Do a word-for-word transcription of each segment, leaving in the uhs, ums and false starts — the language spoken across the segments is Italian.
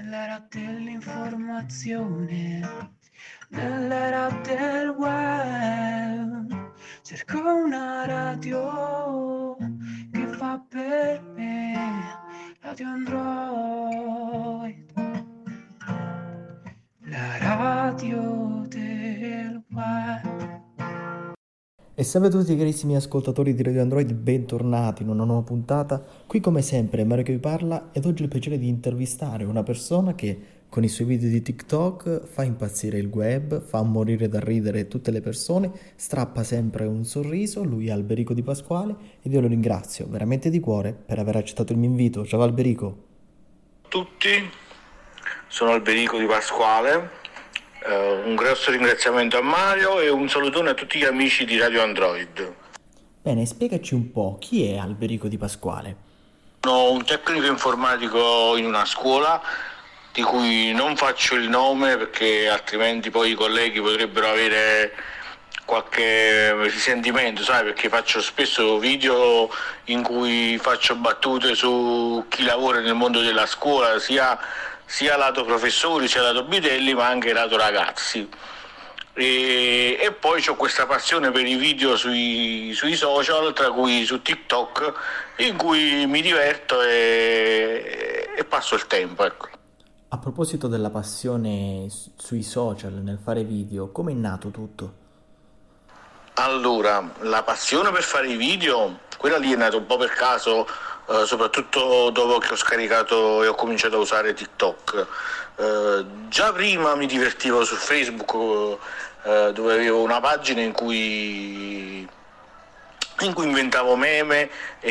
Nell'era dell'informazione, nell'era del web, cerco una radio che fa per me, Radio Android, la radio del web. E salve a tutti carissimi ascoltatori di Radio Android, bentornati in una nuova puntata. Qui come sempre è Mario che vi parla ed oggi ho il piacere di intervistare una persona che con i suoi video di TikTok fa impazzire il web, fa morire da ridere tutte le persone, strappa sempre un sorriso. Lui è Alberico Di Pasquale ed io lo ringrazio veramente di cuore per aver accettato il mio invito. Ciao Alberico. Tutti, sono Alberico Di Pasquale. Uh, un grosso ringraziamento a Mario e un salutone a tutti gli amici di Radio Android. Bene, spiegaci un po' chi è Alberico Di Pasquale. Sono un tecnico informatico in una scuola di cui non faccio il nome perché altrimenti poi i colleghi potrebbero avere qualche risentimento, sai, perché faccio spesso video in cui faccio battute su chi lavora nel mondo della scuola, sia sia lato professori, sia lato bidelli, ma anche lato ragazzi. E, e poi ho questa passione per i video sui, sui social, tra cui su TikTok, in cui mi diverto e, e passo il tempo, ecco. A proposito della passione sui social, nel fare video, come è nato tutto? Allora, la passione per fare i video, quella lì è nata un po' per caso, Uh, soprattutto dopo che ho scaricato e ho cominciato a usare TikTok. Uh, già prima mi divertivo su Facebook, uh, dove avevo una pagina in cui in cui inventavo meme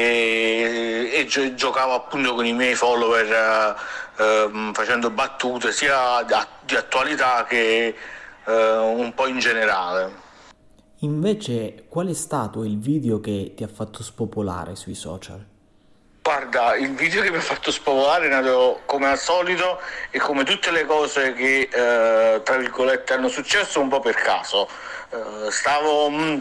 e, e gio- giocavo appunto con i miei follower, uh, uh, facendo battute sia di attualità che uh, un po' in generale. Invece, qual è stato il video che ti ha fatto spopolare sui social? Guarda, il video che mi ha fatto spopolare è nato come al solito e come tutte le cose che eh, tra virgolette hanno successo un po' per caso. Eh, stavo, mh,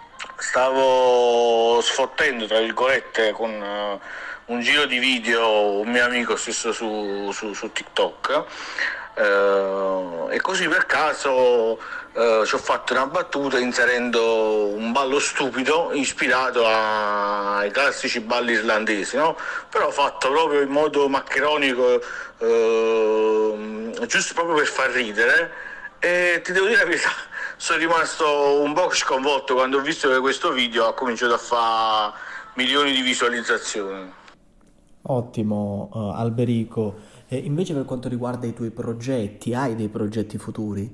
stavo sfottendo tra virgolette con uh, un giro di video un mio amico stesso su, su, su TikTok eh, e così per caso Uh, ci ho fatto una battuta inserendo un ballo stupido ispirato a... ai classici balli irlandesi, no? Però fatto proprio in modo maccheronico, uh, giusto proprio per far ridere. E ti devo dire la verità, sono rimasto un po' sconvolto quando ho visto che questo video ha cominciato a fare milioni di visualizzazioni. Ottimo, uh, Alberico. E invece per quanto riguarda i tuoi progetti, hai dei progetti futuri?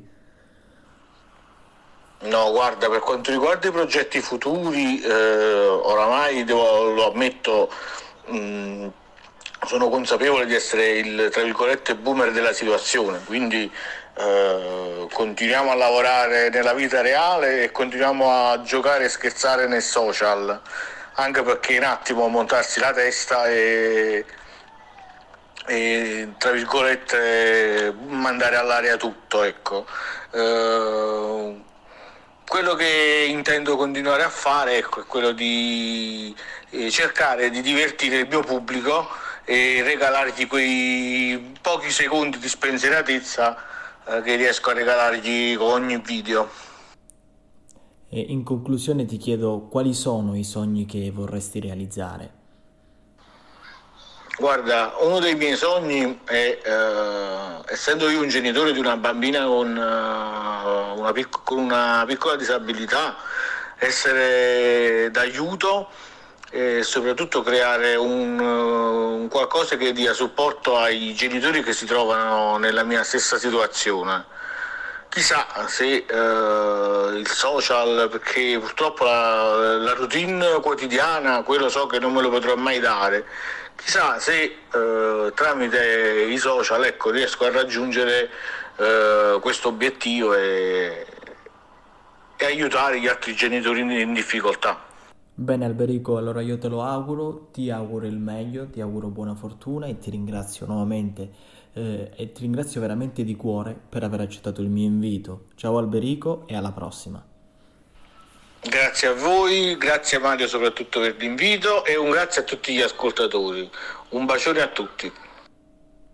No, guarda, per quanto riguarda i progetti futuri, eh, oramai devo, lo ammetto, mh, sono consapevole di essere il, tra virgolette, boomer della situazione, quindi eh, continuiamo a lavorare nella vita reale e continuiamo a giocare e scherzare nei social, anche perché è un attimo montarsi la testa e, e tra virgolette, mandare all'aria tutto, ecco. Eh, Quello che intendo continuare a fare, ecco, è quello di eh, cercare di divertire il mio pubblico e regalargli quei pochi secondi di spensieratezza eh, che riesco a regalargli con ogni video. E in conclusione ti chiedo quali sono i sogni che vorresti realizzare? Guarda, uno dei miei sogni è, eh, essendo io un genitore di una bambina con, uh, una, pic- con una piccola disabilità, essere d'aiuto e soprattutto creare un, uh, un qualcosa che dia supporto ai genitori che si trovano nella mia stessa situazione. Chissà se uh, il social, perché purtroppo la, la routine quotidiana, quello so che non me lo potrò mai dare. Chissà se eh, tramite i social, ecco, riesco a raggiungere eh, questo obiettivo e, e aiutare gli altri genitori in, in difficoltà. Bene Alberico, allora io te lo auguro, ti auguro il meglio, ti auguro buona fortuna e ti ringrazio nuovamente eh, e ti ringrazio veramente di cuore per aver accettato il mio invito. Ciao Alberico e alla prossima. Grazie a voi, grazie Mario soprattutto per l'invito e un grazie a tutti gli ascoltatori. Un bacione a tutti.